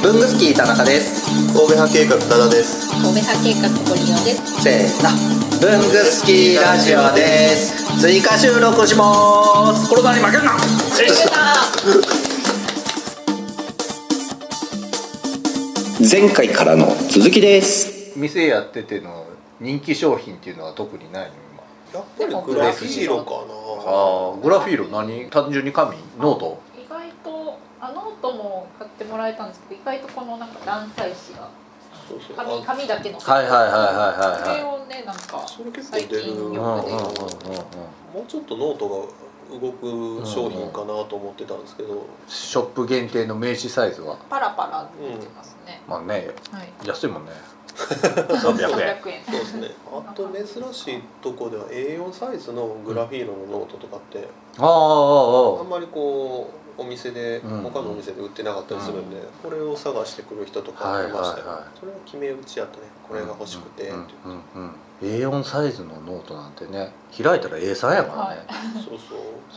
文具スキー田中です。 神戸派計画多田です。 神戸派計画堀尾です。 せーの、文具スキーラジオです。追加収録します。コロナに負けるな。前回からの続きです。 店やってての人気商品っていうのは特にないのやっぱりグラフィーロかな。 グラフィーロ何？単純に紙？ノート？ 意外とノートも買ってもらえたんですけど、意外とこのなんか断裁紙が紙だけのはいはいそれをね、なんか最近よく出る。 もうちょっとノートが動く商品かなと思ってたんですけど、 ショップ限定の名刺サイズはパラパラ出てますね。 まあね、 はい、 安いもんね。 300円。 そうですね。あと珍しいとこでは A4 サイズのグラフィーロのノートとかってあんまりこうお店で他のお店で売ってなかったりするんで、これを探してくる人とかいましたよ。それは決め打ちやったね。これが欲しくてっていう。A4 サイズのノートなんてね、開いたら A3 やからね。 そうそう。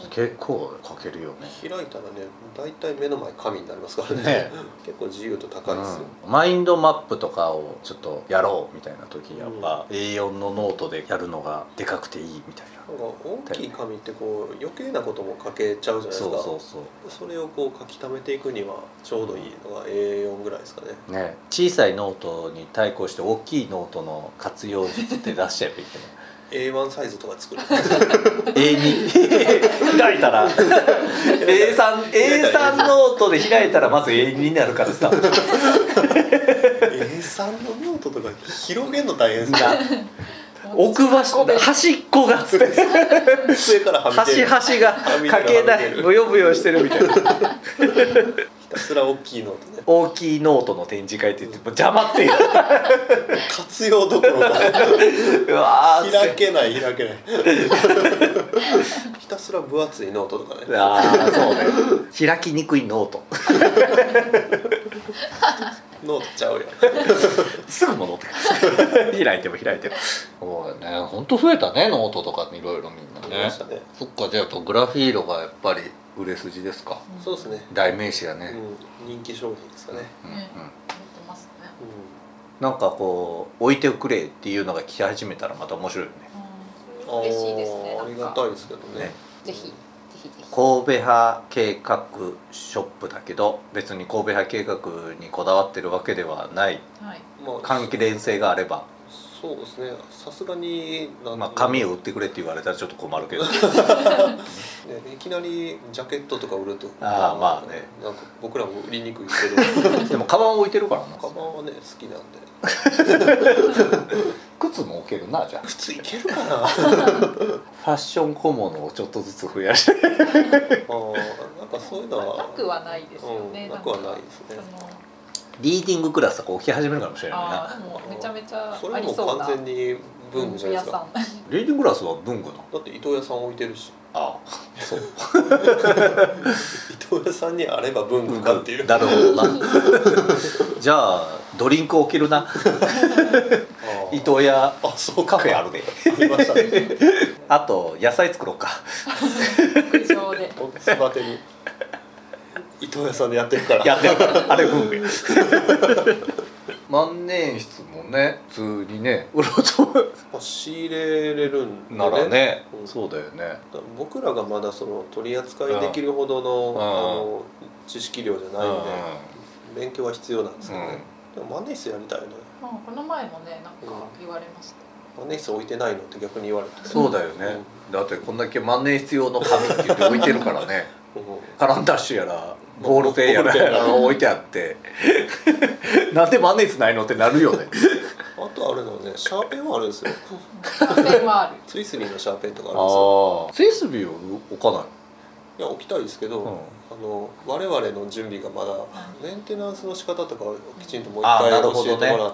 結構書けるよね。 開いたらね、だいたい目の前紙になりますからね。結構自由度高いですよ。 マインドマップとかをちょっとやろうみたいな時やっぱ A4 のノートでやるのがでかくていいみたいな。 なんか大きい紙ってこう余計なことも書けちゃうじゃないですか。それをこう書き溜めていくにはちょうどいいのが A4 ぐらいですかね。 ね、小さいノートに対抗して大きいノートの活用術って出しちゃえばいいけど A1 サイズとか作る A2 開いたら A3 ノートで開いたらまず A2 になるからさ A3 のノートとか広げるの大変ですね。 奥端っこがつって上からはみ出る端が書けないブヨブヨしてるみたいなひたすら大きいノートね。 大きいノートの展示会って言っても邪魔っていう活用どころかうわ開けないひたすら分厚いノートとかね。 そうね、開きにくいノートノートちゃうよすぐ戻ってくる開いてもそうだね、ほんと増えたねノートとかいろいろみんなね。そっか、じゃあやっぱグラフィーロがやっぱり売れ筋ですか。 そうですね、 代名詞やね、 人気商品ですかね。 なんかこう置いてくれっていうのが来始めたらまた面白いよね。 嬉しいですね。 ありがたいですけどね。 ぜひ神戸派計画ショップだけど別に神戸派計画にこだわってるわけではない、関連性があれば。 そうですね、さすがに紙を売ってくれって言われたらちょっと困るけどいきなりジャケットとか売るとまあね、 なんか僕らも売りにくいけどでもカバン置いてるからな。 カバンはね好きなんで靴も置けるな。じゃあ靴いけるかなファッション小物をちょっとずつ増やしてなんかそういうのはなくはないですよね。 なくはないですね。 リーディングクラスとか起き始めるかもしれないな。 もうめちゃめちゃそれも完全に文具じゃないですか。 リーディングクラスは文具なの？ だって伊藤屋さん置いてるし。 そう伊藤屋さんにあれば文具かっていう。 なるほどなじゃあドリンク置けるな伊藤屋カフェあるでありましたねあと野菜作ろうか屋上で育てに伊藤屋さんでやってるからあれ文具や万年筆もね普通にね売ろうと仕入れれるんでならね、そうだよね。 僕らがまだその取り扱いできるほどの知識量じゃないんで勉強は必要なんですけどね。でも万年筆やりたいね。 この前もねなんか言われました。 万年筆置いてないのって逆に言われて。 そうだよね、だってこんだけ万年筆用の紙って言って置いてるからねカランダッシュやらボールペンやら置いてあってなんで万年筆ないのってなるよねあとあるのね、シャーペンはあるんですよ。 シャーペンはある。 ツイスリーのシャーペンとかあるんですよ。 ツイスビーを置かない？ いや置きたいですけど、我々の準備がまだメンテナンスの仕方とかをきちんともう一回教えてもらって、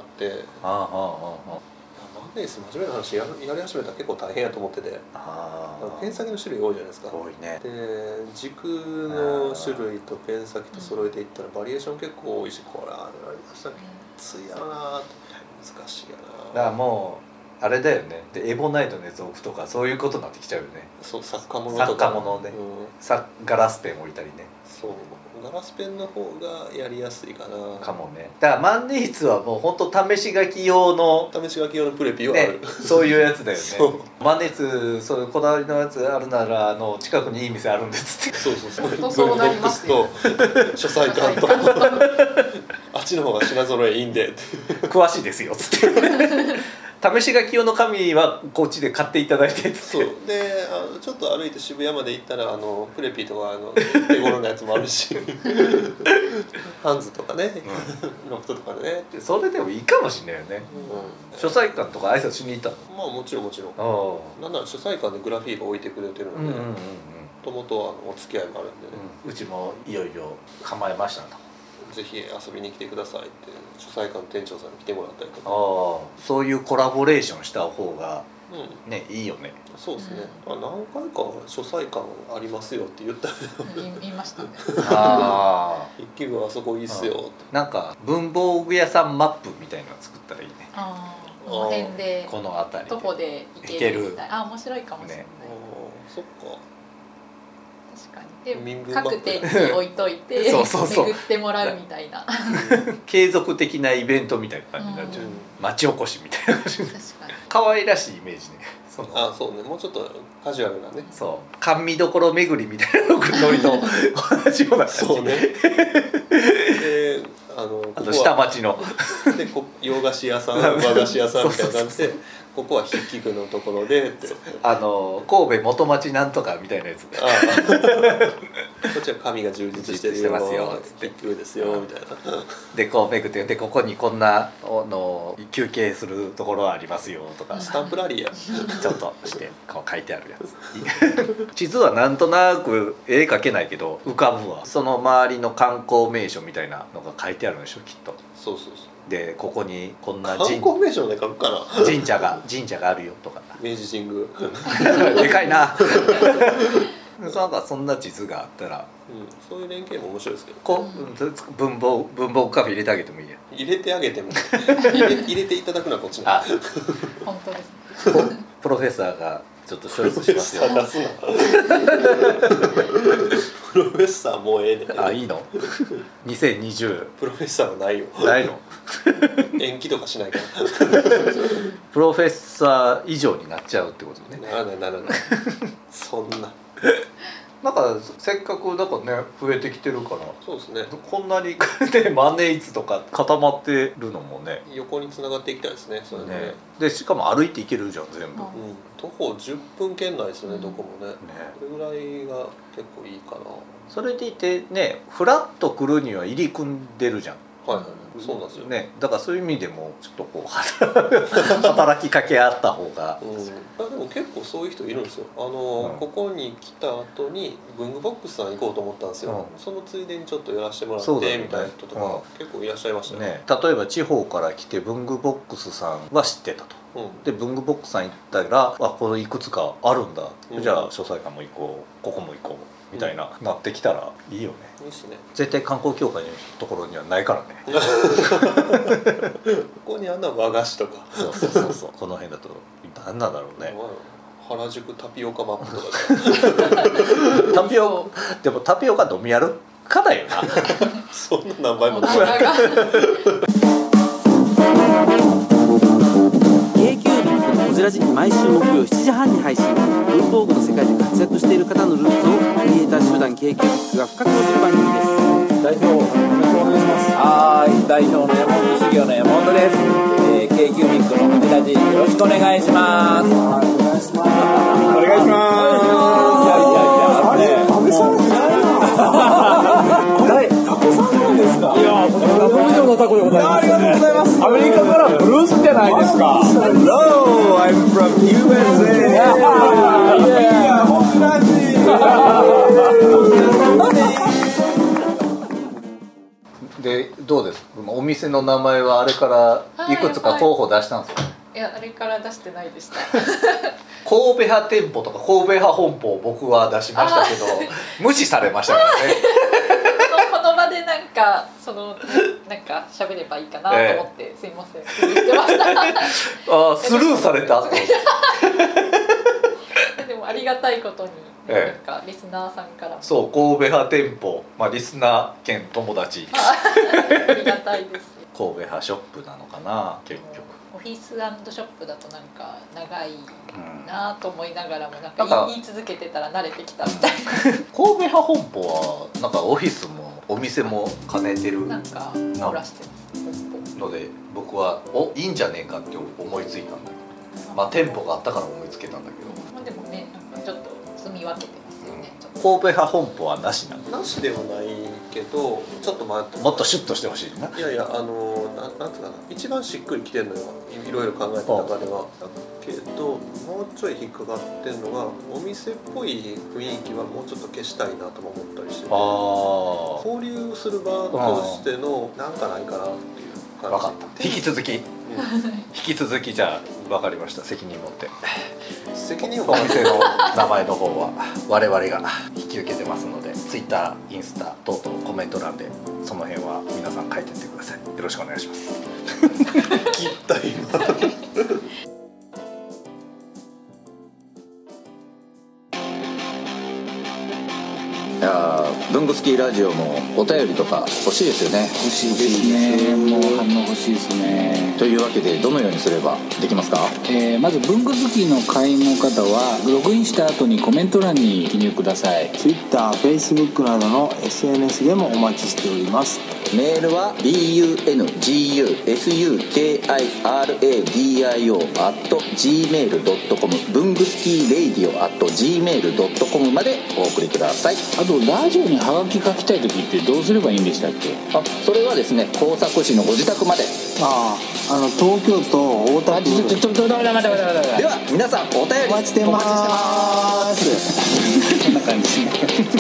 万年筆真面目な話やり始めたら結構大変やと思ってて、ペン先の種類多いじゃないですか。 多いね。 で軸の種類とペン先と揃えていったらバリエーション結構多いし、これありましたきついやろなって難しいやな。 だからもうあれだよね。でエボナイトのやつ置くとかそういうことになってきちゃうよね。 そう作家物とか作家物ね、ガラスペン置いたりね。 そうガラスペンの方がやりやすいかなかもね。だから万年筆はもう本当試し書き用の試し書き用のプレピはある、 ね、そういうやつだよねそう万年筆そういうこだわりのやつあるなら近くにいい店あるんですってそうそうそうそうなりますよと書斎館とあっちの方が品揃えいいんで詳しいですよっつって試し書き用の紙はこっちで買っていただいてそうでちょっと歩いて渋谷まで行ったらプレピとか手頃なやつもあるしハンズとかね、ロフトとかでねそれでもいいかもしれないよね、書斎館とか挨拶しに行ったの？ まあもちろんなんなら書斎館でグラフィーが置いてくれてるのでもともとお付き合いがあるんでね、 うちもいよいよ構えましたとぜひ遊びに来てくださいって書斎館の店長さんに来てもらったりとかそういうコラボレーションした方がね、いいよね。 そうですね、何回か書斎館ありますよって言った言いましたね一気部あそこいいっすよってなんか文房具屋さんマップみたいなの作ったらいいね。 この辺でこの辺りどこで行けるみたいな面白いかもしれない、 そっか確かにで各店に置いといて巡ってもらうみたいな継続的なイベントみたいな感じになっちゃう、町おこしみたいな感じ。確かに可愛らしいイメージね。 そうね、もうちょっとカジュアルなね、 そう甘味どころ巡りみたいなノリと同じような感じ。 そうねであと下町ので洋菓子屋さん和菓子屋さんみたいな感じでここは筆記具のところでって神戸元町なんとかみたいなやつでこっちは紙が充実してるよますよ筆記具ですよみたいなでこう巡ってでここにこんな休憩するところありますよとかスタンプラリーやちょっとしてこう書いてあるやつ地図はなんとなく絵描けないけど浮かぶわ。その周りの観光名所みたいなのが書いてあるんでしょきっと。 そうでここにこんな観光名所で書くかな神社があるよとか明治神宮でかいななんかそんな地図があったら、 そういう連携も面白いですけど、 文房具カフェ入れてあげてもいいや。 入れてあげても入れていただくのはこっちの本当ですねプロフェッサーがちょっとチョイスしますよ。 出すなプロフェッサーもうええねん。 いいの2020 プロフェッサーはないよ。 ないの延期とかしないからプロフェッサー以上になっちゃうってことね。 ならないそんななんかせっかくだからね増えてきてるからそうですねこんなにねマネーツとか固まってるのもね横に繋がっていきたいですねそれね。 でしかも歩いていけるじゃん全部、 徒歩10分圏内ですねどこもねこれぐらいが結構いいかな。 それでいてねフラッと来るには入り組んでるじゃん。 そうなんですよね。だからそういう意味でもちょっとこう働きかけ合った方が、 でも結構そういう人いるんですよ。ここに来た後に文具ボックスさん行こうと思ったんですよ、そのついでにちょっと寄らせてもらって、みたいな人とか、結構いらっしゃいましたね。 例えば地方から来て文具ボックスさんは知ってたと、で文具ボックスさん行ったらこのいくつかあるんだ、じゃあ書斎館も行こうここも行こうみたいな、なってきたらいいよね。 いいっすね。 絶対観光協会のところにはないからねここにあんな和菓子とかそうこの辺だと何なんだろうね。 原宿タピオカマップとかでもタピオカ飲み歩かないよなそんな何倍もこじらじ毎週木曜7時半に配信。文房具の世界で活躍している方のルーツをクリエイター集団 k q ビックが深く落ちる番組です。 代表よろしくお願いします。はい、代表の山本修行の山本です。k q ビックのこじらじよろしくお願いします。はい、お願いします。お願いします。あれ、安倍さんいないな。誰？タコさんなんですか？いや、これ以上のタコでございます。ありがとうございます。アメリカからブルースじゃないですか。Hello, I'm from USA. でどうです？お店の名前はあれからいくつか候補出したんですか？ いやあれから出してないでした神戸派店舗とか神戸派本舗を僕は出しましたけど無視されましたからねこの場でなんか喋ればいいかなと思って、すいませんスルーしてましたスルーされたでもありがたいことに、 なんかリスナーさんからも、 そう神戸派店舗、リスナー兼友達ありがたいです。 神戸派ショップなのかな結局。 オフィス&ショップだとなんか長いなと思いながらもなんか言い続けてたら慣れてきたみたいな。 神戸派本舗はなんかオフィスもお店も兼ねてるなんか網羅してますので、僕はいいんじゃねえかって思いついたんだけど、店舗があったから思いつけたんだけど、 でもねなんかちょっと住み分けてますよね。 神戸派本舗はなしなの？ なしではないけど、ちょっと待って、 もっとシュッとしてほしいな。 いやいや、なんつうかな、一番しっくりきてるのよ、いろいろ考えた中では。だけどもうちょい引っかかってるのが、お店っぽい雰囲気はもうちょっと消したいなとも思ったりしてて、交流する場としてのなんかないかなっていう感じ。 分かった。引き続きじゃあ分かりました。責任持って責任をお店の名前の方は我々が引き受けてますので、Twitter、インスタ等々コメント欄でその辺は皆さん書いてってください。よろしくお願いします。 切った今。 いや文具スキーラジオもお便りとか欲しいですよね。 欲しいですね。もう反応欲しいですね。 というわけでどのようにすればできますか？ まず文具好きの会員の方はログインした後にコメント欄に記入ください。 Twitter、Facebook などの SNS でもお待ちしております。 メールは bungusukiradio@gmail.com 文具スキーレイディオ@gmail.com までお送りください。 あとラジオにハガキ書きたい時ってどうすればいいんでしたっけ？ それはですね、工作士のご自宅まで。 東京都大田区。 待て。 では皆さんお便りお待ちしてます。 こんな感じですね。